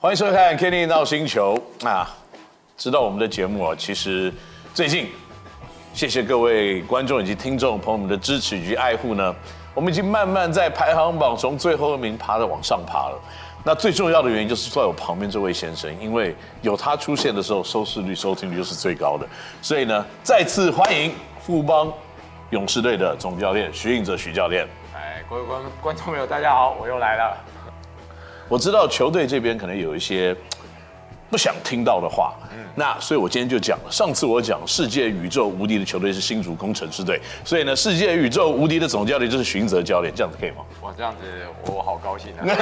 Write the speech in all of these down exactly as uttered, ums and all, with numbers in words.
欢迎收看《Kenny 闹星球》啊！知道我们的节目啊，其实最近谢谢各位观众以及听众朋友们的支持以及爱护呢，我们已经慢慢在排行榜从最后一名爬着往上爬了。那最重要的原因就是坐在我旁边这位先生，因为有他出现的时候，收视率、收听率就是最高的。所以呢，再次欢迎富邦勇士队的总教练徐映哲徐教练。 哎，各位观观众朋友，大家好，我又来了。 我知道球队这边可能有一些不想听到的话，嗯，那所以我今天就讲了。上次我讲世界宇宙无敌的球队是新竹工程师队，所以呢，世界宇宙无敌的总教练就是徐映哲教练，这样子可以吗？ 哇，这样子我好高兴啊。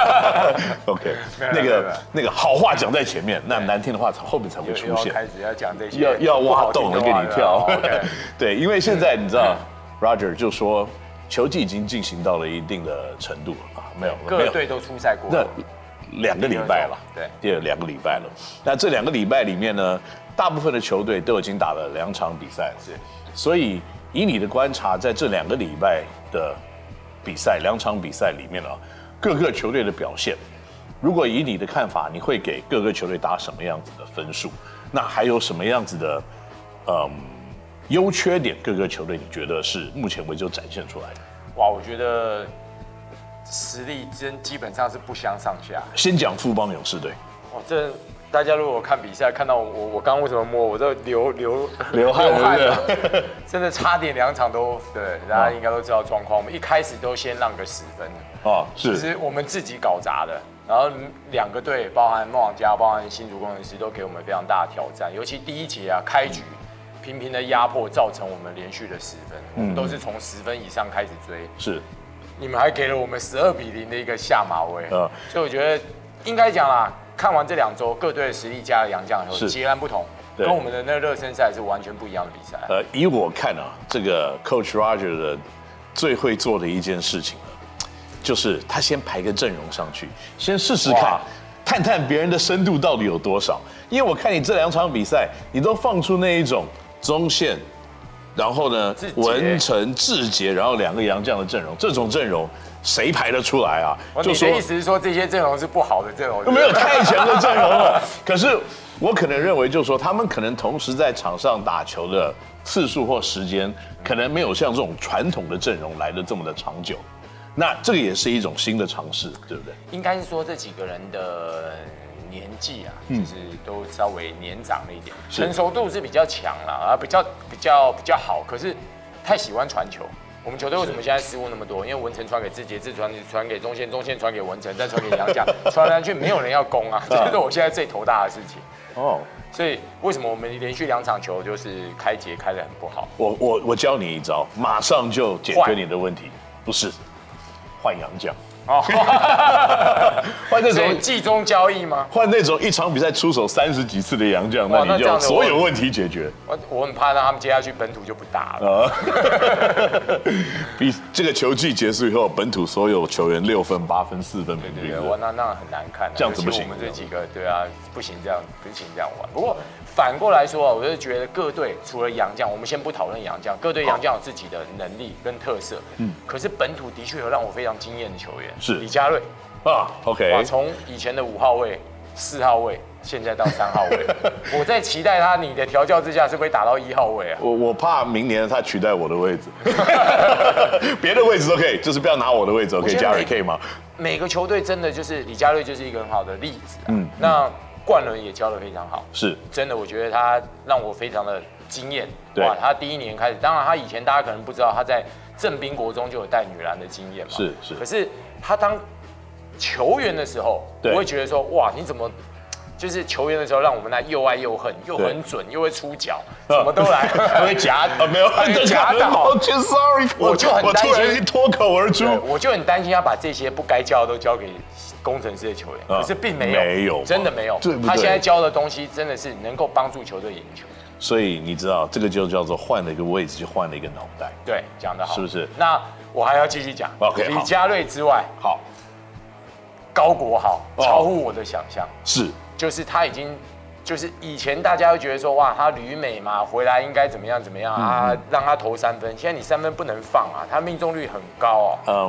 OK， 那个那个好话讲在前面，那难听的话后面才会出现。 要开始要讲这些， 要要挖洞了给你跳。 Okay 对，因为现在你知道 ，Roger 就说球季已经进行到了一定的程度了啊，没有， 各队都出赛过。 那两个礼拜了， 对， 第二两个礼拜了。那这两个礼拜里面呢，大部分的球队都已经打了两场比赛了。 是， 所以以你的观察，在这两个礼拜的比赛，两场比赛里面呢，各个球队的表现，如果以你的看法，你会给各个球队打什么样子的分数？那还有什么样子的，嗯，优缺点？各个球队你觉得是目前为止展现出来的？ 哇，我觉得实力真基本上是不相上下。 先讲富邦勇士队。 哇，这大家如果看比赛，看到我我刚刚为什么摸，我都流流流汗了， 真的差点两场都对，大家应该都知道状况。我们一开始都先让个十分哦，是， 其实我们自己搞砸的。然后两个队，包含梦想家、包含新竹工程师，都给我们非常大的挑战。尤其第一节啊，开局频频的压迫，造成我们连续的十分，我们都是从十分以上开始追。 是。 你们还给了我们十二比零的一个下马威， 嗯， 所以我觉得应该讲啦，看完这两周各队的实力加了洋将以后，截然不同，跟我们的那热身赛是完全不一样的比赛。 呃，以我看啊，这个 Coach Roger 的最会做的一件事情呢，就是他先排个阵容上去，先试试看，探探别人的深度到底有多少。因为我看你这两场比赛，你都放出那一种中线。然后呢，文成、志杰，然后两个洋将的阵容，这种阵容谁排得出来啊？ 就说你的意思是说这些阵容是不好的阵容？ 没有太强的阵容了。可是我可能认为，就是说他们可能同时在场上打球的次数或时间，可能没有像这种传统的阵容来的这么的长久。那这个也是一种新的尝试，对不对？ 应该是说这几个人的年纪啊，就是都稍微年长了一点，成熟度是比较强了啊，比较比较比较好。可是太喜欢传球，我们球队为什么现在失误那么多？因为文成传给志杰，志传传给中线，中线传给文成，再传给杨将，传来传去没有人要攻啊，这是我现在最头大的事情。哦，所以为什么我们连续两场球就是开节开得很不好？ 我我我教你一招，马上就解决你的问题，不是换杨将。哦，换那种季中交易吗？ 换那种一场比赛出手三十几次的洋将，那你就所有问题解决。 我我很怕让他们接下去本土就不打了。 比这个球季结束以后，本土所有球员六分、八分、四分平均。 对，我那那很难看。 这样子不行。 我们这几个对啊，不行这样，不行这样玩。不过反过来说啊，我就觉得各队除了洋将，我们先不讨论洋将，各队洋将有自己的能力跟特色。嗯。可是本土的确有让我非常惊艳的球员。 是李佳瑞啊 ，OK， 从以前的五号位、四号位，现在到三号位，我在期待他你的调教之下，是不是打到一号位啊？ 我我怕明年他取代我的位置，别的位置都可以，就是不要拿我的位置，可以加瑞可以吗？ 每个球队真的就是李佳瑞就是一个很好的例子、啊，嗯，那冠伦也教得非常好， 是真的，我觉得他让我非常的惊艳，哇，他第一年开始，当然他以前大家可能不知道他在正滨国中就有带女篮的经验嘛， 是是， 可是他当球员的时候，我会觉得说，哇，你怎么就是球员的时候，让我们来又爱又恨，又很准，又会出脚，什么都来， 会夹啊，没有， 会夹到。 Sorry， 我就很担心脱口而出， 我就很担心他把这些不该教的都交给工程师的球员，可是并没有， 没有， 真的没有。他现在教的东西真的是能够帮助球队赢球。 所以你知道，这个就叫做换了一个位置，就换了一个脑袋。 对，讲得好， 是不是？ 那我还要继续讲。 OK， 李佳瑞之外， 好。 高国豪超乎我的想象， 是， 就是他已经，就是以前大家会觉得说，哇，他旅美嘛，回来应该怎么样怎么样啊，让他投三分。现在你三分不能放啊，他命中率很高哦。 嗯，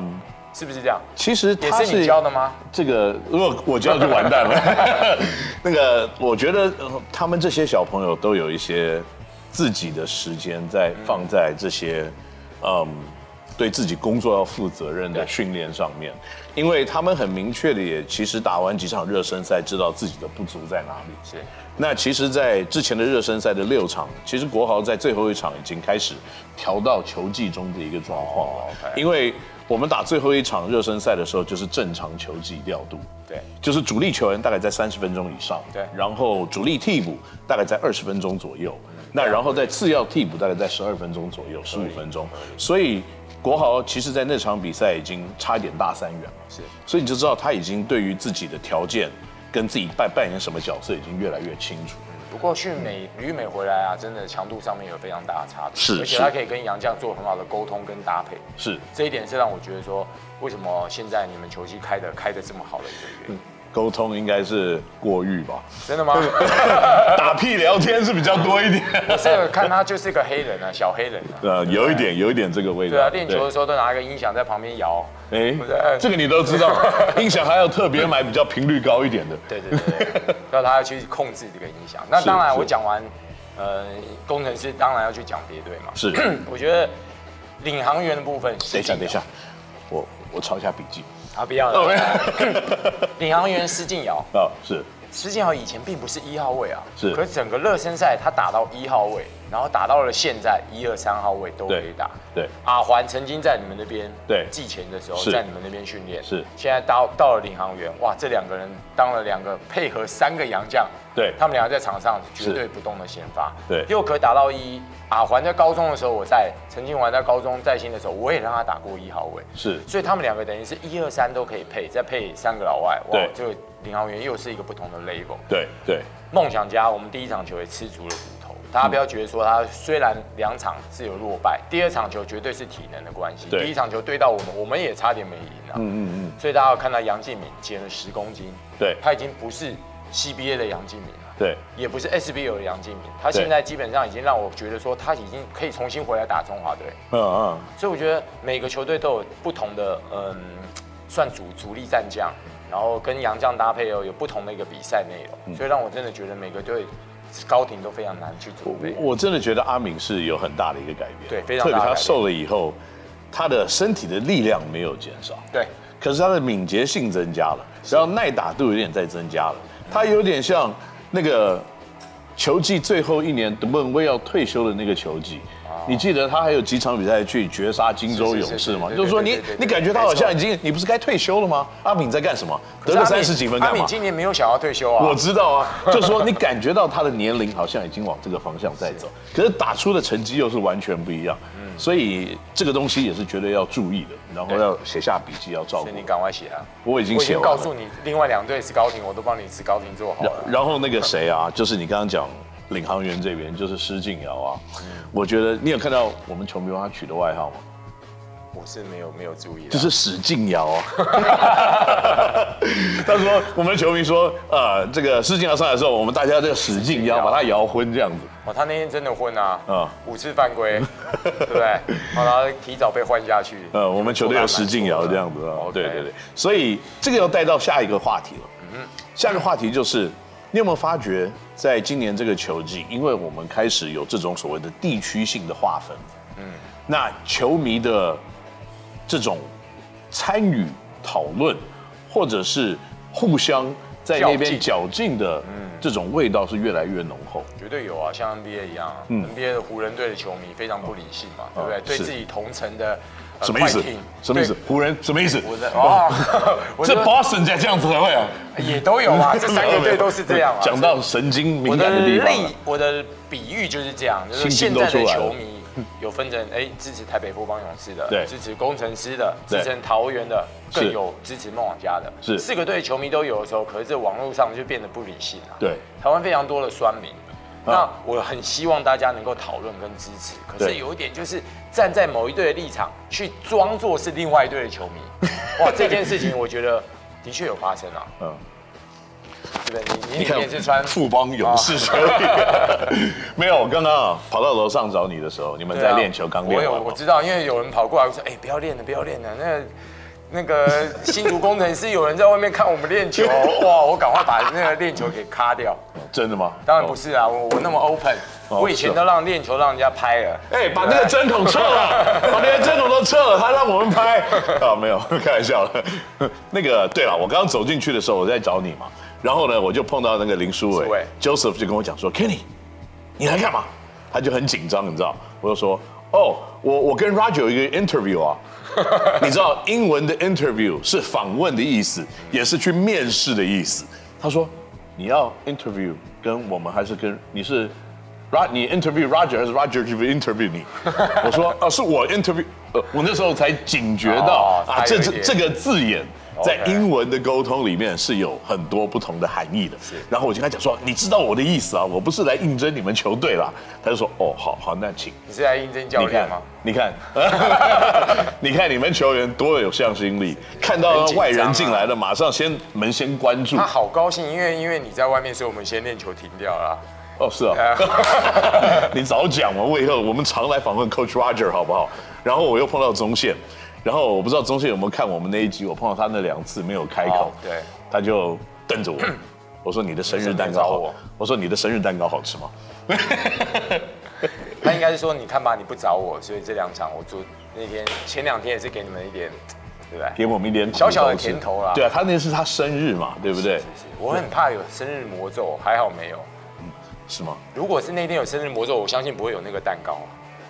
是不是这样？ 其实也是你教的吗？ 这个如果我教就完蛋了。那个我觉得他们这些小朋友都有一些自己的时间在放在这些嗯对自己工作要负责任的训练上面，因为他们很明确的也其实打完几场热身赛，知道自己的不足在哪里。 是。 那其实，在之前的热身赛的六场，其实国豪在最后一场已经开始调到球季中的一个状况了。 Oh, okay. 因为我们打最后一场热身赛的时候，就是正常球季调度， 对， 就是主力球员大概在三十分钟以上， 对， 然后主力替补大概在二十分钟左右，那然后在次要替补大概在十二分钟左右，十五分钟，所以国豪其实在那场比赛已经差一点大三元了， 是， 所以你就知道他已经对于自己的条件跟自己扮扮演什么角色已经越来越清楚。 不过去美旅美回来啊，真的强度上面有非常大的差别， 是， 而且他可以跟洋将做很好的沟通跟搭配， 是， 这一点是让我觉得说，为什么现在你们球季开的开的这么好的一个原因。嗯， 沟通应该是过誉吧？ 真的吗？ 打屁聊天是比较多一点。 我是看他就是个黑人啊，小黑人啊。 呃，有一点，有一点这个味道。 对啊，练球的时候都拿一个音响在旁边摇。 哎，这个你都知道，音响还要特别买比较频率高一点的。 对对对，要他要去控制这个音响。那当然，我讲完，呃，工程师当然要去讲别队嘛。 是， 我觉得领航员的部分。 等一下，等一下，我我抄一下笔记。 啊，不要了。领航员施晋尧啊，是施晋尧以前并不是一号位啊， 是， 可是整个热身赛他打到一号位，然后打到了现在一二三号位都可以打。 对， 阿环曾经在你们那边对季前的时候在你们那边训练， 是， 现在到到了领航员，哇，这两个人当了两个配合三个洋将， 对， 他们两个在场上绝对不动的先发， 对， 又可打到一。阿环在高中的时候，我在曾经玩在高中在新的时候，我也让他打过一号位， 是， 所以他们两个等于是一二三都可以配，再配三个老外，哇， 对， 这个领航员又是一个不同的 level。 对对， 梦想家，我们第一场球也吃足了骨头，大家不要觉得说他虽然两场是有落败，第二场球绝对是体能的关系，第一场球对到我们，我们也差点没赢啊。嗯嗯嗯。所以大家要看到杨敬敏减了十公斤， 对， 他已经不是 C B A 的杨敬敏了。 对， 也不是 S B L 的杨敬敏，他现在基本上已经让我觉得说他已经可以重新回来打中华队。嗯嗯，所以我觉得每个球队都有不同的嗯，算主主力战将，然后跟洋将搭配哦，有不同的一个比赛内容，嗯、所以让我真的觉得每个队高庭都非常难去准备。 我真的觉得阿敏是有很大的一个改变， 对，非常大的改变。 特别他瘦了以后，他的身体的力量没有减少， 对， 可是他的敏捷性增加了，然后耐打度有点在增加了，他有点像。那个球季最后一年，德本威要退休的那个球季，你记得他还有几场比赛去绝杀金州勇士吗？就是说你你感觉他好像已经，你不是该退休了吗？阿敏在干什么？得了三十几分干嘛？ 阿敏今年没有想要退休啊。 我知道啊，就是说你感觉到他的年龄好像已经往这个方向在走，可是打出的成绩又是完全不一样。所以这个东西也是绝对要注意的，然后要写下笔记，要照顾。 所以你赶快写啊！ 我已经写完了。 我已经告诉你，另外两队是高庭，我都帮你是高庭做好了。 然后那个谁啊，就是你刚刚讲领航员这边，就是施晋尧啊。嗯、我觉得你有看到我们球迷帮他取的外号吗？ 我是没有没有注意的， 就是史晋尧啊。他说我们球迷说，呃，这个施晋尧上来的时候，我们大家这个史晋尧把他摇昏这样子。 哦，他那天真的昏啊，嗯，五次犯规，对不对？然后提早被换下去。呃， 我们球队有施晋尧这样子啊，对对对。所以这个要带到下一个话题了。嗯，下一个话题就是，你有没有发觉，在今年这个球季，因为我们开始有这种所谓的地区性的划分，嗯，那球迷的这种参与讨论，或者是互相在那边较劲的这种味道是越来越浓厚。 绝对有啊，像 N B A 一样啊、嗯、，N B A 的湖人队的球迷非常不理性嘛，对不对？对自己同城的、 呃、什么意思？什么意思？湖人什么意思？ 我的哦， 这 Boston 才这样子才会啊， 也都有啊，这三个队都是这样啊。 讲到神经敏感的地方， 我的比喻就是这样，就是现在的球迷。有分成，哎，支持台北富邦勇士的， 对， 支持工程师的，支持桃园的，更有支持梦想家的， 是四个队球迷都有的时候，可是这网络上就变得不理性了。 对， 台湾非常多的酸民，那我很希望大家能够讨论跟支持，可是有一点就是站在某一队的立场去装作是另外一队的球迷，哇，这件事情我觉得的确有发生啊。嗯。对不对？你你也是穿富邦勇士球衣？没有，我刚刚啊跑到楼上找你的时候，你们在练球，刚练完。 我有我知道，因为有人跑过来说：“哎，不要练了，不要练了。”那那个新竹工程师有人在外面看我们练球，哇！我赶快把那个练球给卡掉。 真的吗？ 当然不是啊，我我那么 open，、哦、我以前都让练球让人家拍了。 哎、欸，把那个针筒撤了，把那个针筒都撤了，他让我们拍。啊，没有，开玩笑的。那个，对了，我刚刚走进去的时候，我在找你嘛，然后呢，我就碰到那个林书伟 ，Joseph 就跟我讲说 ，Kenny， 你来干嘛？他就很紧张，你知道？我就说，哦，我我跟 Roger 有一个 interview 啊。你知道英文的 interview 是访问的意思，也是去面试的意思。他说你要 interview 跟我们还是跟你是 Rod 你 interview Roger 还是 Roger 去 interview 你？我说啊是我 interview， 呃我那时候才警觉到、哦、啊这这这个字眼。在英文的沟通里面是有很多不同的含义的。然后我就跟他讲说，你知道我的意思啊，我不是来应征你们球队啦。他就说，哦，好好，那请。 你是来应征教练吗？ 你看，你看，你看你们球员多有向心力，看到外人进来了，马上先门先关住。 他好高兴，因为因为你在外面，所以我们先练球停掉了。 哦，是啊，你早讲嘛，我以后我们常来访问 Coach Roger 好不好？然后我又碰到宗宪。然后我不知道宗宪有没有看我们那一集，我碰到他那两次没有开口， 哦、对， 他就瞪着我，我说你的生日蛋糕好，我说你的生日蛋糕好吃吗？ 他应该是说你看吧，你不找我，所以这两场我做那天前两天也是给你们一点，对不对？ 给我们一点小小的甜头啦。 对啊，他那是他生日嘛，对不对？是是是， 我很怕有生日魔咒，还好没有。 嗯，是吗？ 如果是那天有生日魔咒，我相信不会有那个蛋糕。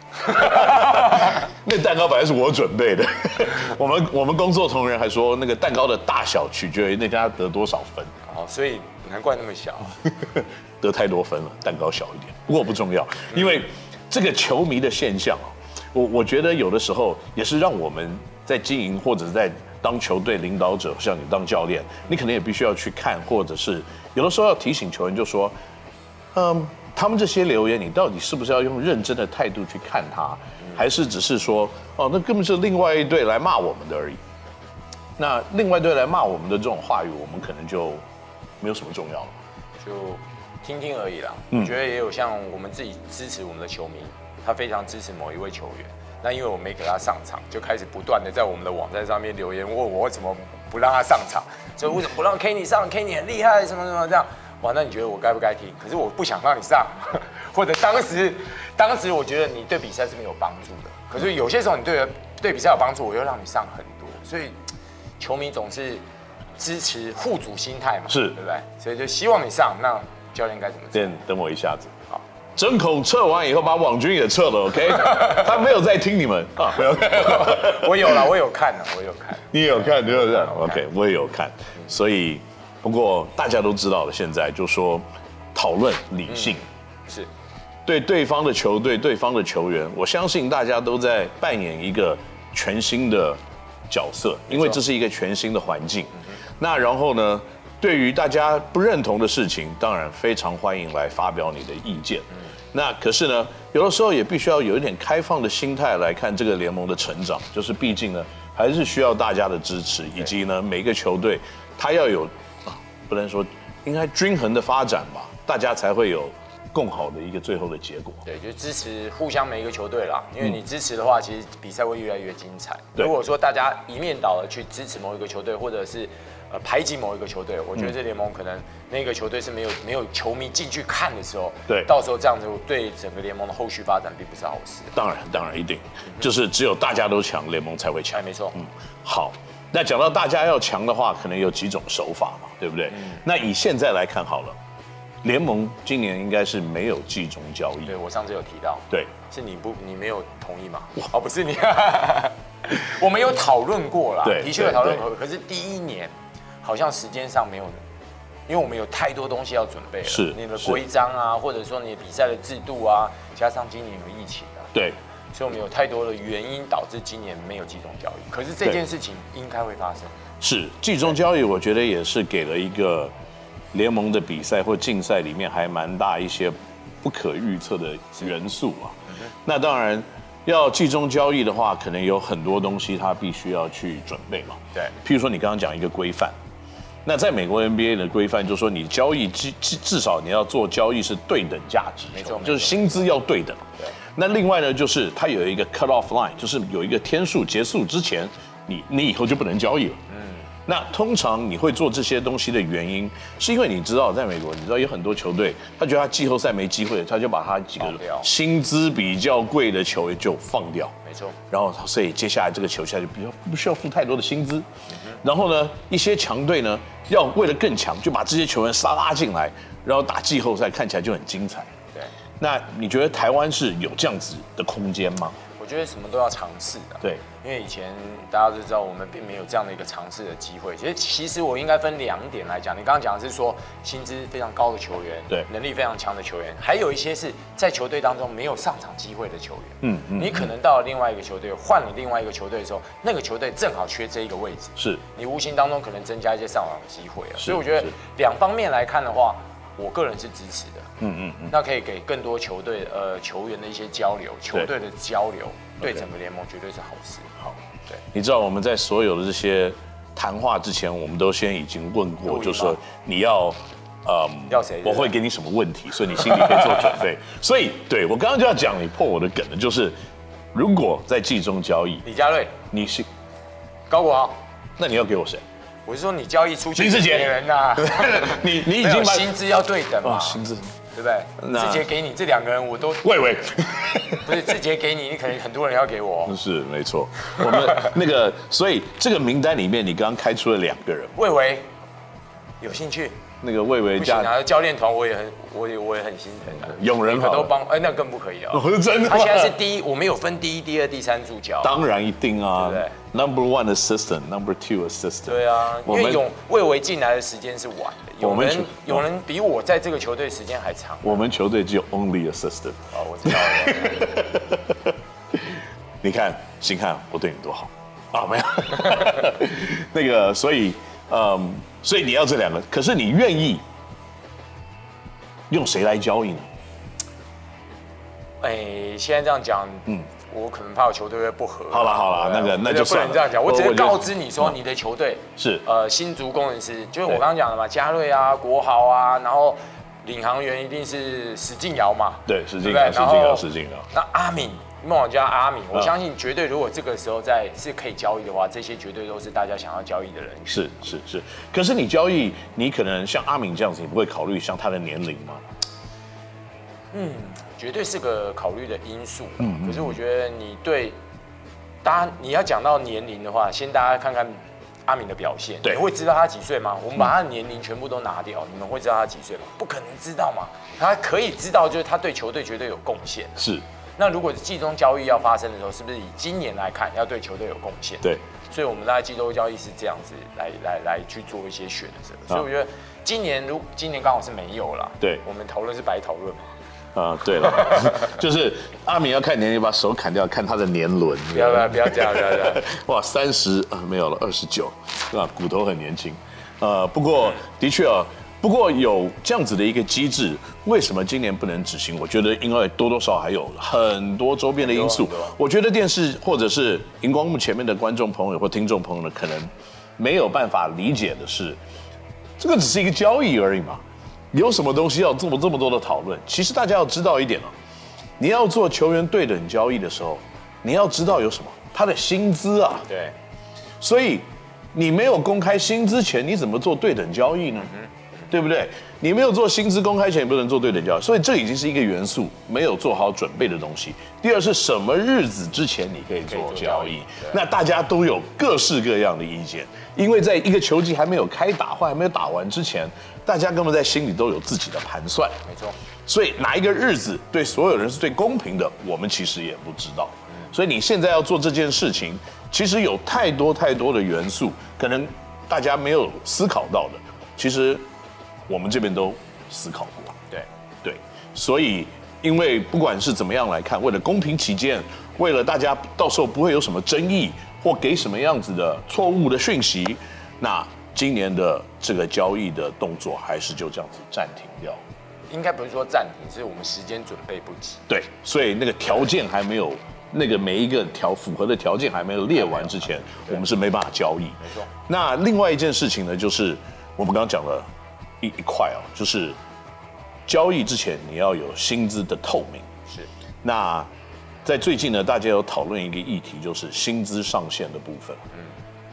那蛋糕本来是我准备的，我们我们工作同仁还说那个蛋糕的大小取决于那天他得多少分。 哦，所以难怪那么小， 得太多分了，蛋糕小一点。不过不重要，因为这个球迷的现象我我觉得有的时候也是让我们在经营或者在当球队领导者，像你当教练，你可能也必须要去看，或者是有的时候要提醒球员，就说，嗯。他们这些留言，你到底是不是要用认真的态度去看他，还是只是说，哦，那根本是另外一队来骂我们的而已？那另外一队来骂我们的这种话语，我们可能就没有什么重要了， 就听听而已啦。嗯、我觉得也有像我们自己支持我们的球迷，他非常支持某一位球员，那因为我没给他上场，就开始不断的在我们的网站上面留言，问我为什么不让他上场，所以为什么不让 Kenny 上 ？Kenny 很厉害，什么什么这样。哇，那你觉得我该不该听？可是我不想让你上，或者当时，当时我觉得你对比赛是没有帮助的。可是有些时候你对对比赛有帮助，我又让你上很多，所以球迷总是支持护主心态嘛， 是， 对不对？所以就希望你上，那教练该怎么做？ 等等我一下子， 好， 针孔撤完以后，把网军也撤了 ，OK？ 他没有在听你们啊，没有， 我有了，我有看了，我有看， 你有看，你有看 ，OK？ 我也有看，所以。不过大家都知道了，现在就说讨论理性， 嗯、是对对方的球队、对方的球员，我相信大家都在扮演一个全新的角色，因为这是一个全新的环境。嗯、那然后呢，对于大家不认同的事情，当然非常欢迎来发表你的意见。嗯、那可是呢，有的时候也必须要有一点开放的心态来看这个联盟的成长，就是毕竟呢，还是需要大家的支持，以及呢，每个球队他要有。不能说应该均衡的发展吧，大家才会有更好的一个最后的结果。 对，就支持互相每一个球队啦，因为你支持的话，其实比赛会越来越精彩。 对如果说大家一面倒的去支持某一个球队，或者是呃排挤某一个球队，我觉得这联盟可能那个球队是没有没有球迷进去看的时候， 对， 到时候这样子对整个联盟的后续发展并不是好事。 当然，当然一定，就是只有大家都强，联盟才会强。 哎，没错。 嗯，好。那讲到大家要强的话，可能有几种手法嘛，对不对？嗯、那以现在来看好了，联盟今年应该是没有季中交易。 对，我上次有提到， 对， 是你不你没有同意吗？哦，不是你，我们有讨论过啦，的确有讨论过。可是第一年好像时间上没有，因为我们有太多东西要准备了， 是你的规章啊，或者说你的比赛的制度啊，加上今年有疫情啊， 对。 所以我们有太多的原因导致今年没有季中交易，可是这件事情应该会发生。 是季中交易，我觉得也是给了一个联盟的比赛或竞赛里面还蛮大一些不可预测的元素啊。那当然，要季中交易的话，可能有很多东西它必须要去准备嘛。 对， 譬如说你刚刚讲一个规范，那在美国 N B A 的规范就是说，你交易至至少你要做交易是对等价值， 没错， 就是薪资要对等。 对。 那另外呢，就是它有一个 cut off line， 就是有一个天数结束之前， 你你以后就不能交易了。嗯，那通常你会做这些东西的原因，是因为你知道，在美国，你知道有很多球队，他觉得他季后赛没机会，他就把他几个薪资比较贵的球员就放掉。 没错。 然后，所以接下来这个球赛就比较不需要付太多的薪资。嗯、然后呢，一些强队呢，要为了更强，就把这些球员杀拉进来，然后打季后赛，看起来就很精彩。 对。 那你觉得台湾是有这样子的空间吗？ 我觉得什么都要尝试的。 对， 因为以前大家都知道，我们并没有这样的一个尝试的机会。其实，其实我应该分两点来讲。你刚刚讲的是说薪资非常高的球员， 对， 能力非常强的球员，还有一些是在球队当中没有上场机会的球员。 嗯嗯。 你可能到了另外一个球队，换了另外一个球队的时候，那个球队正好缺这一个位置， 是你无形当中可能增加一些上场机会啊。所以我觉得两方面来看的话，我个人是支持的。嗯嗯嗯。那可以给更多球队呃球员的一些交流，球队的交流。对整个联盟绝对是好事。 好，对，你知道我们在所有的这些谈话之前，我们都先已经问过，就是说你要， 嗯，要谁？ 我会给你什么问题，所以你心里可以做准备。所以，对我刚刚就要讲你破我的梗的，就是如果在季中交易， 李家瑞， 你是高国豪， 那你要给我谁？ 我是说你交易出去林志杰人呐， 你你已经把薪资要对等嘛， 薪资。 对不对？志杰给你这两个人，我都魏伟， 不是志杰给你，你可能很多人要给我。 是没错，我们那个，所以这个名单里面，你刚刚开出了两个人， 魏伟有兴趣？ 那个魏伟加拿教练团，我也很，我也我也很心疼的。 永仁好都帮，哎，那更不可以啊！ 真的， 他现在是第一，我们有分第一、第二、第三助教。 当然一定啊， 对不对 ？Number one assistant, number two assistant。 对啊，因为永魏伟进来的时间是晚的，有人有人比我在这个球队时间还长。 我们球队只有 only assistant。 哦，我知道了。 你看，星汉，我对你多好啊！没有，那个，所以，嗯，所以你要这两个，可是你愿意用谁来交易呢？ 哎，现在这样讲，嗯。我可能怕我球队会不合。 好了好了，那个那就不能这样讲，我只是告知你说，你的球队是呃新竹工程师，就是我刚刚讲的嘛，嘉瑞啊、国豪啊，然后领航员一定是史劲尧嘛， 对，史劲尧，史劲尧，史劲尧。 那阿敏，梦想家阿敏，我相信绝对，如果这个时候在是可以交易的话，这些绝对都是大家想要交易的人。 是是是，可是你交易，你可能像阿敏这样子，你不会考虑像他的年龄吗？ 嗯。绝对是个考虑的因素，嗯，可是我觉得你对，大家你要讲到年龄的话，先大家看看阿敏的表现， 对， 你会知道他几岁吗？我们把他的年龄全部都拿掉，你们会知道他几岁吗？不可能知道嘛，他可以知道就是他对球队绝对有贡献， 是。 那如果季中交易要发生的时候，是不是以今年来看要对球队有贡献？ 对， 所以我们在季中交易是这样子来来来去做一些选择，所以我觉得今年如今年刚好是没有啦， 对， 我们讨论是白讨论嘛。 啊，对了，就是阿敏要看年龄，把手砍掉，看他的年轮。 不要不要不要这样，不要这样。 哇，三十啊没有了，二十九，啊，骨头很年轻。呃，不过的确啊，不过有这样子的一个机制，为什么今年不能执行？我觉得因为多多少少还有很多周边的因素。我觉得电视或者是荧光幕前面的观众朋友或听众朋友呢，可能没有办法理解的是，这个只是一个交易而已嘛。有什么东西要做这么多的讨论？其实大家要知道一点哦，你要做球员对等交易的时候，你要知道有什么，他的薪资啊。 对。 所以你没有公开薪资前，你怎么做对等交易呢？嗯、对不对？你没有做薪资公开前，你不能做对等交易。所以这已经是一个元素，没有做好准备的东西。第二是什么日子之前你可以做交易？那大家都有各式各样的意见，因为在一个球季还没有开打或还没有打完之前。大家根本在心里都有自己的盘算， 没错。 所以哪一个日子对所有人是最公平的，我们其实也不知道。所以你现在要做这件事情，其实有太多太多的元素，可能大家没有思考到的，其实我们这边都思考过。 对对，所以因为不管是怎么样来看，为了公平起见，为了大家到时候不会有什么争议或给什么样子的错误的讯息，那。今年的这个交易的动作还是就这样子暂停掉， 应该不是说暂停，是我们时间准备不及。 对，所以那个条件还没有，那个每一个条符合的条件还没有列完之前，我们是没办法交易。 没错。 那另外一件事情呢，就是我们刚刚讲了一一块哦，就是交易之前你要有薪资的透明。 是。 那在最近呢，大家有讨论一个议题，就是薪资上限的部分。嗯。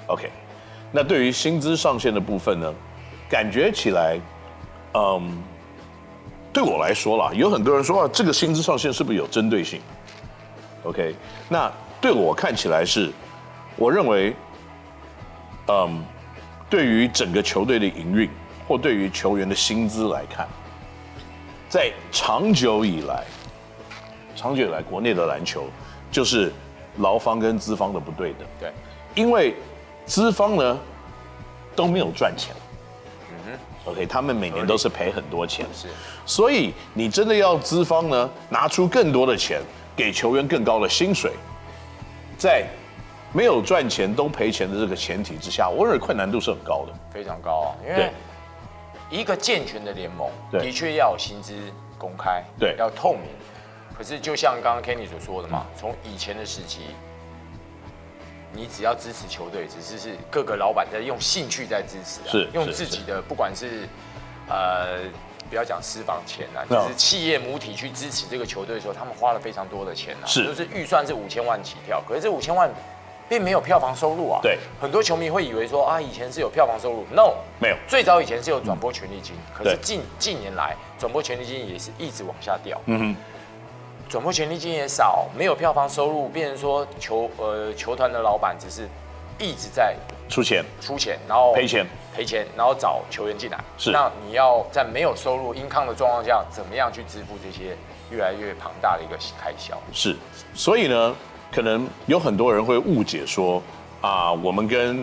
OK， 那对于薪资上限的部分呢，感觉起来，嗯，对我来说啦，有很多人说啊，这个薪资上限是不是有针对性 ？OK， 那对我看起来是，我认为，嗯，对于整个球队的营运或对于球员的薪资来看，在长久以来，长久以来国内的篮球就是劳方跟资方的不对等。 对， 因为资方呢都没有赚钱。OK， 他们每年都是赔很多钱， 是， 所以你真的要资方呢拿出更多的钱，给球员更高的薪水，在没有赚钱都赔钱的这个前提之下，我认为困难度是很高的， 非常高啊。因为一个健全的联盟，的确要有薪资公开， 对， 要透明。可是就像刚刚 Kenny 所说的嘛，从以前的时期。你只要支持球队，只是是各个老板在用兴趣在支持、啊， 是用自己的，不管是呃，不要讲私房钱啊，就是企业母体去支持这个球队的时候，他们花了非常多的钱啊， 是， 就是预算是五千万起跳，可是这五千万并没有票房收入啊。 对， 很多球迷会以为说啊，以前是有票房收入 ，no， 没有， 最早以前是有转播权利金， 嗯、 可是近近年来转播权利金也是一直往下掉。嗯哼。转播权利金也少，没有票房收入，变成说球呃球团的老板只是一直在出钱出钱，然后赔钱赔钱，然后找球员进来。 是， 那你要在没有收入 income 的状况下，怎么样去支付这些越来越庞大的一个开销？ 是，所以呢，可能有很多人会误解说啊，我们跟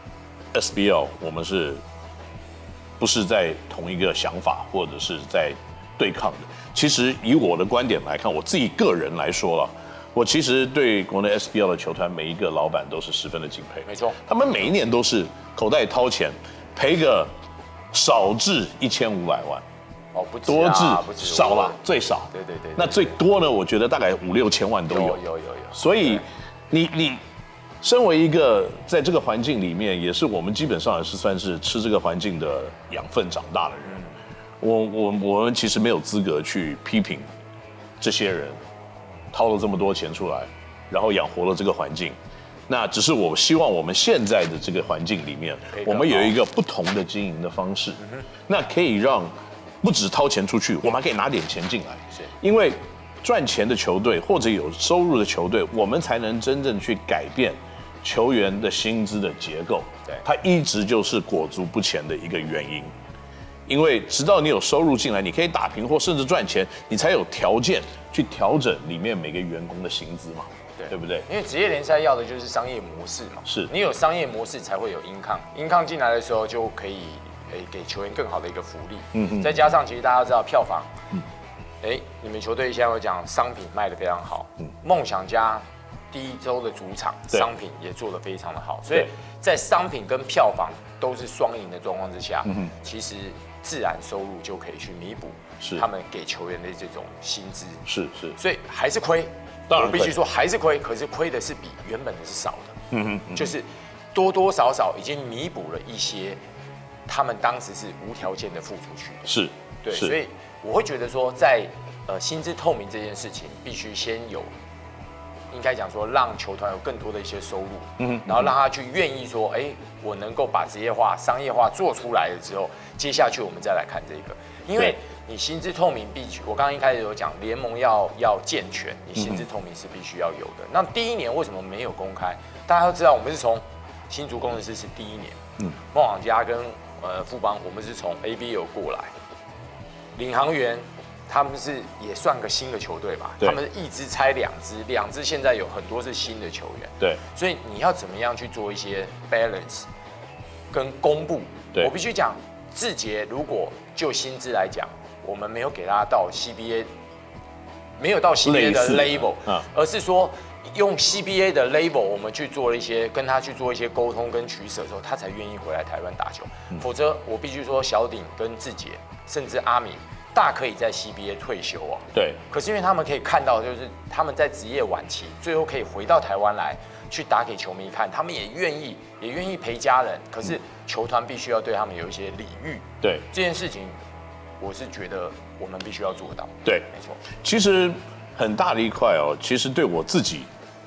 S B L 我们是不是在同一个想法，或者是在对抗的？其实以我的观点来看，我自己个人来说了，我其实对国内 S B L 的球团每一个老板都是十分的敬佩。 没错， 他们每一年都是口袋掏钱，赔个少至一千五百万， 哦，不止、 多啊， 至少了最少。 对对 对, 對。 那最多呢，我觉得大概五六千万都有。 有有有有。 所以你你身为一个在这个环境里面，也是我们基本上也是算是吃这个环境的养分长大的人。嗯我我我们其实没有资格去批评这些人掏了这么多钱出来，然后养活了这个环境。那只是我希望我们现在的这个环境里面，我们有一个不同的经营的方式，那可以让不只掏钱出去，我们还可以拿点钱进来。 是， 因为赚钱的球队或者有收入的球队，我们才能真正去改变球员的薪资的结构。 对， 它一直就是裹足不前的一个原因。因为直到你有收入进来，你可以打平或甚至赚钱，你才有条件去调整里面每个员工的薪资嘛，对, 对不对？ 因为职业联赛要的就是商业模式嘛， 是你有商业模式才会有 income，income 进来的时候就可以诶给球员更好的一个福利，嗯嗯，再加上其实大家知道票房，嗯，哎，你们球队现在有讲商品卖得非常好，嗯，梦想家第一周的主场商品也做得非常的好，所以在商品跟票房都是双赢的状况之下，嗯、其实自然收入就可以去弥补他们给球员的这种薪资， 是是， 所以还是亏， 当然我必须说还是亏，可是亏的是比原本的是少的，嗯哼，就是多多少少已经弥补了一些他们当时是无条件的付出去的， 是， 对，所以我会觉得说在呃薪资透明这件事情，必须先有。应该讲说，让球团有更多的一些收入，嗯，然后让他去愿意说，哎，我能够把职业化、商业化做出来了之后，接下去我们再来看这个，因为你薪资透明必须，我刚刚一开始有讲，联盟要要健全，你薪资透明是必须要有的。那第一年为什么没有公开？大家都知道，我们是从新竹工程师是第一年，嗯，梦想家跟呃富邦，我们是从 A B L 过来，领航员。他们是也算个新的球队吧，他们是一支拆两支，两支现在有很多是新的球员， 对， 所以你要怎么样去做一些 balance 跟公布？我必须讲，志杰如果就薪资来讲，我们没有给他到 C B A， 没有到 C B A 的 label，、嗯、而是说用 C B A 的 label， 我们去做了一些跟他去做一些沟通跟取舍之后，他才愿意回来台湾打球。嗯、否则我必须说，小鼎跟志杰，甚至阿米。大可以在 C B A 退休啊， 对。 可是因为他们可以看到，就是他们在职业晚期，最后可以回到台湾来，去打给球迷看，他们也愿意，也愿意陪家人。可是球团必须要对他们有一些礼遇， 对这件事情，我是觉得我们必须要做到。 对， 没错。 其实很大的一块哦，其实对我自己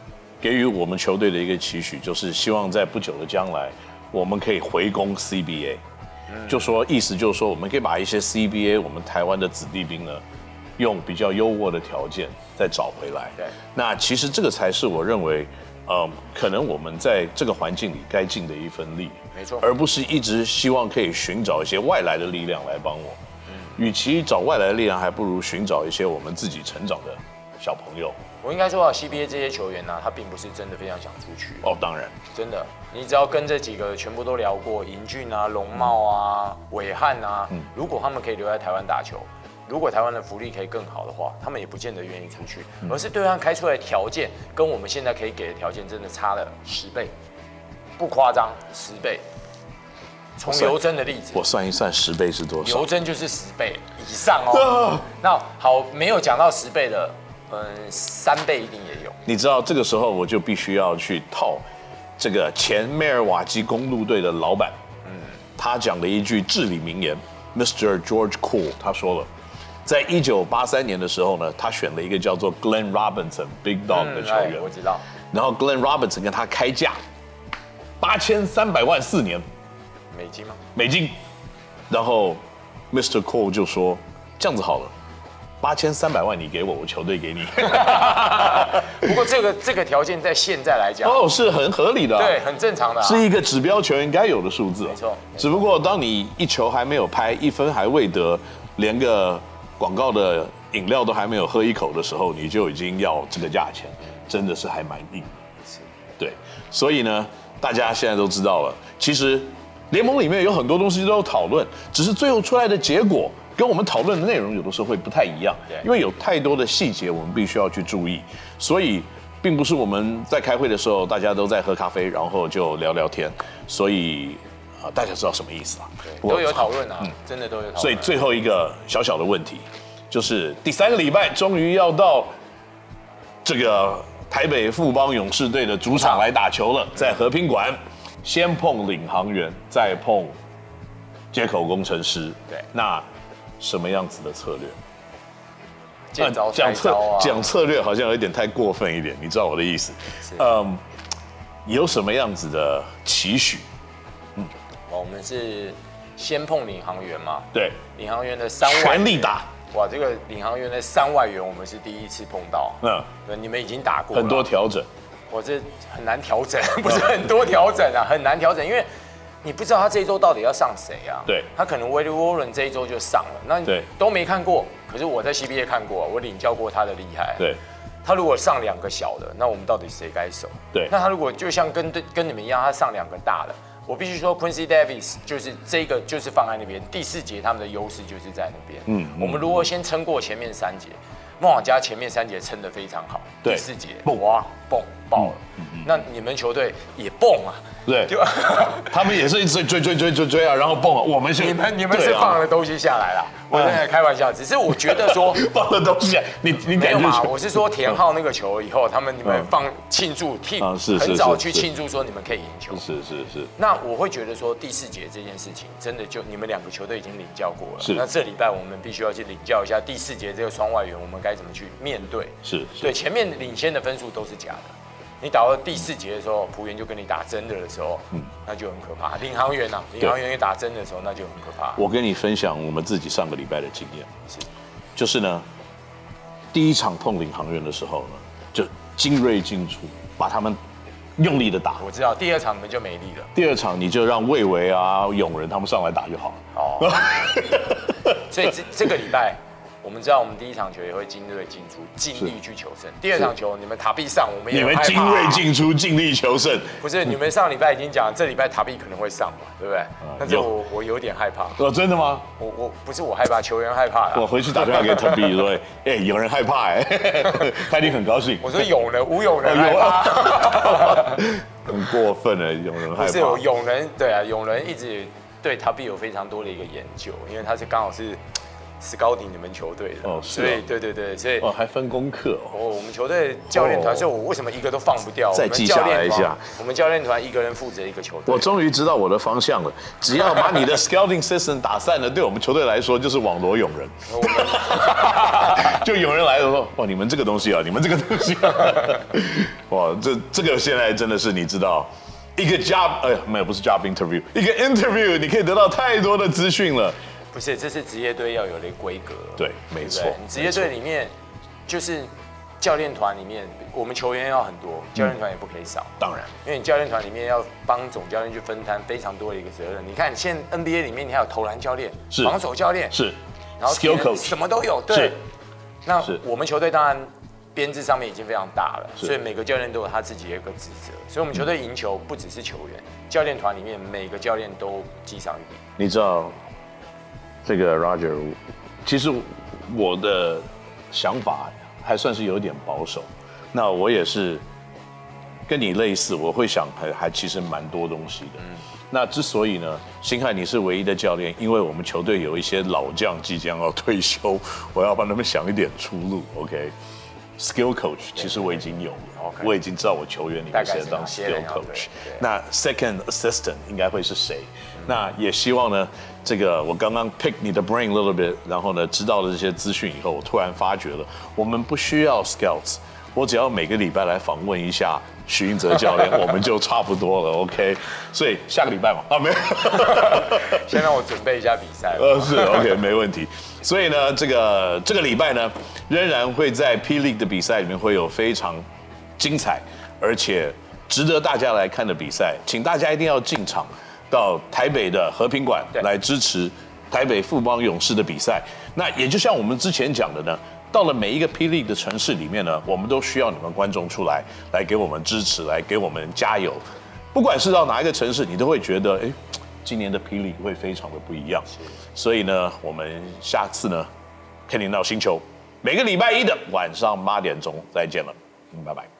给予我们球队的一个期许，就是希望在不久的将来，我们可以回攻 C B A。嗯、就说意思就是说，我们可以把一些 C B A 我们台湾的子弟兵呢，用比较优渥的条件再找回来。 对， 那其实这个才是我认为，呃，可能我们在这个环境里该尽的一份力。 没错， 而不是一直希望可以寻找一些外来的力量来帮我。嗯，与其找外来的力量，还不如寻找一些我们自己成长的小朋友。 我应该说啊 ，C B A 这些球员呢、啊，他并不是真的非常想出去。 哦，当然， 真的，你只要跟这几个全部都聊过，尹俊啊、龙茂啊、伟汉啊，嗯、如果他们可以留在台湾打球，如果台湾的福利可以更好的话，他们也不见得愿意出去，嗯、而是对方开出来的条件跟我们现在可以给的条件真的差了十倍，不夸张，十倍。从刘真的例子， 我算一算十倍是多少？ 刘真就是十倍以上哦。啊、那好，没有讲到十倍的。嗯，三倍一定也有。 你知道这个时候我就必须要去套这个前梅尔瓦基公路队的老板，嗯，他讲了一句至理名言 ，Mister George Cool， 他说了，在一九八三年的时候呢，他选了一个叫做 Glenn Robinson Big Dog 的球员， 嗯、我知道。 然后 Glenn Robinson 跟他开价八千三百万四年美金吗？ 美金。然后 Mister Cool 就说这样子好了。八千三百万你给我，我球队给你。 不过这个这个条件在现在来讲， 哦，是很合理的、啊， 对，很正常的、啊， 是一个指标球员该有的数字、啊。 没错。 只不过当你一球还没有拍，一分还未得，连个广告的饮料都还没有喝一口的时候，你就已经要这个价钱，真的是还蛮硬的。是。对，所以呢，大家现在都知道了，其实联盟里面有很多东西都有讨论，只是最后出来的结果。跟我们讨论的内容有的时候会不太一样，因为有太多的细节我们必须要去注意，所以并不是我们在开会的时候大家都在喝咖啡，然后就聊聊天，所以啊、呃、大家知道什么意思啊？ 都有讨论啊，嗯、真的都有讨论。 所以最后一个小小的问题，就是第三个礼拜终于要到这个台北富邦勇士队的主场来打球了，在和平馆，先碰领航员，再碰街口工程师。 对， 那。什么样子的策略？ 见招拆招啊！ 讲策略好像有点太过分一点，你知道我的意思？嗯，有什么样子的期许？ 嗯，我们是先碰领航员嘛？ 对， 领航员的三外全力打。 哇，这个领航员的三外援我们是第一次碰到。嗯，你们已经打过了， 很多调整。 我这很难调整，不是很多调整啊，很难调整，因为。你不知道他这一周到底要上谁啊？ 对， 他可能 Willie Warren 这一周就上了，那你都没看过。可是我在 C B A 看过，我领教过他的厉害。 对， 他如果上两个小的，那我们到底谁该守？ 对， 那他如果就像跟跟你们一样，他上两个大的，我必须说 Quincy Davis 就是这个就是放在那边，第四节他们的优势就是在那边。嗯，我们如果先撑过前面三节，梦想家前面三节撑得非常好，第四节哇蹦爆了，那你们球队也蹦啊。 对，就他们也是一直追追追追追啊，然后蹦啊，我们是你们你们是放了东西下来了，我在开玩笑，只是我觉得说放了东西，你你没有嘛？我是说田浩那个球以后，他们你们放庆祝，替很早去庆祝说你们可以赢球， 是是是。 那我会觉得说第四节这件事情真的就你们两个球队已经领教过了，那这礼拜我们必须要去领教一下第四节这个双外援我们该怎么去面对， 是对前面领先的分数都是假的。你打到第四节的时候，浦原就跟你打真的的时候，嗯，那就很可怕。领航员呐、啊，领航员也打真的时候，那就很可怕。 我跟你分享我们自己上个礼拜的经验，是，就是呢，第一场碰领航员的时候呢，就精锐进出，把他们用力的打。 我知道，第二场你们就没力了。 第二场你就让魏维啊、永仁他们上来打就好了。 哦，所以这这个礼拜。我们知道，我们第一场球也会精锐进出，尽力去求胜。第二场球，你们塔壁上，我们也你们精锐进出，尽力求胜。 不是，你们上礼拜已经讲，这礼拜塔壁可能会上嘛，对不对？但是我我有点害怕。 哦，真的吗？ 我我不是我害怕，球员害怕啦。 我回去打电话给塔壁说，哎，有人害怕哎，他一定很高兴。 我说有人，吴有人害怕， 很过分了，有人害怕。 不是有永仁，对啊，永仁一直对塔壁有非常多的一个研究，因为他是刚好是。 scouting 你们球队的。 哦，是、 所以对对对，所以哦还分功课哦。 哦，我们球队教练团， 哦所以我为什么一个都放不掉？ 再记下来一下。 我们教练团一个人负责一个球队。 我终于知道我的方向了，只要把你的 scouting system 打散了，对我们球队来说就是网罗永人。 我们就有人来了说，哇，你们这个东西啊，你们这个东西、啊，哇，这这个现在真的是你知道。一个 job， 哎，没有，不是 job interview， 一个 interview， 你可以得到太多的资讯了。 不是，这是职业队要有的规格。 对，没错。 你职业队里面，就是教练团里面，我们球员要很多，教练团也不可以少。 当然， 因为你教练团里面要帮总教练去分摊非常多的一个责任。你看，现在 N B A 里面你还有投篮教练、防守教练， 是， 然后 skill coach 什么都有。对。那我们球队当然。编制上面已经非常大了，所以每个教练都有他自己的一个职责。所以我们球队赢球不只是球员，教练团里面每个教练都记上一笔。 你知道，这个 Roger， 其实我的想法还算是有点保守。那我也是跟你类似，我会想还还其实蛮多东西的。嗯、那之所以呢，星汉你是唯一的教练，因为我们球队有一些老将即将要退休，我要帮他们想一点出路。OK。Skill coach 其实我已经有了， okay. 我已经知道我球员里面谁当 skill coach。那 second assistant 应该会是谁？嗯、那也希望呢，这个我刚刚 pick 你的 brain a little bit， 然后呢，知道了这些资讯以后，我突然发觉了，我们不需要 scouts， 我只要每个礼拜来访问一下许英哲教练，我们就差不多了。OK， 所以下个礼拜嘛，啊没有， 先让我准备一下比赛。 呃，是 OK， 没问题。所以呢，这个这个礼拜呢，仍然会在 P League 的比赛里面会有非常精彩而且值得大家来看的比赛，请大家一定要进场到台北的和平馆来支持台北富邦勇士的比赛。那也就像我们之前讲的呢，到了每一个 P League 的城市里面呢，我们都需要你们观众出来，来给我们支持，来给我们加油。不管是到哪一个城市，你都会觉得，哎，今年的 P League 会非常的不一样。所以呢，我们下次呢，天灵闹星球，每个礼拜一的晚上八点钟再见了，嗯，拜拜。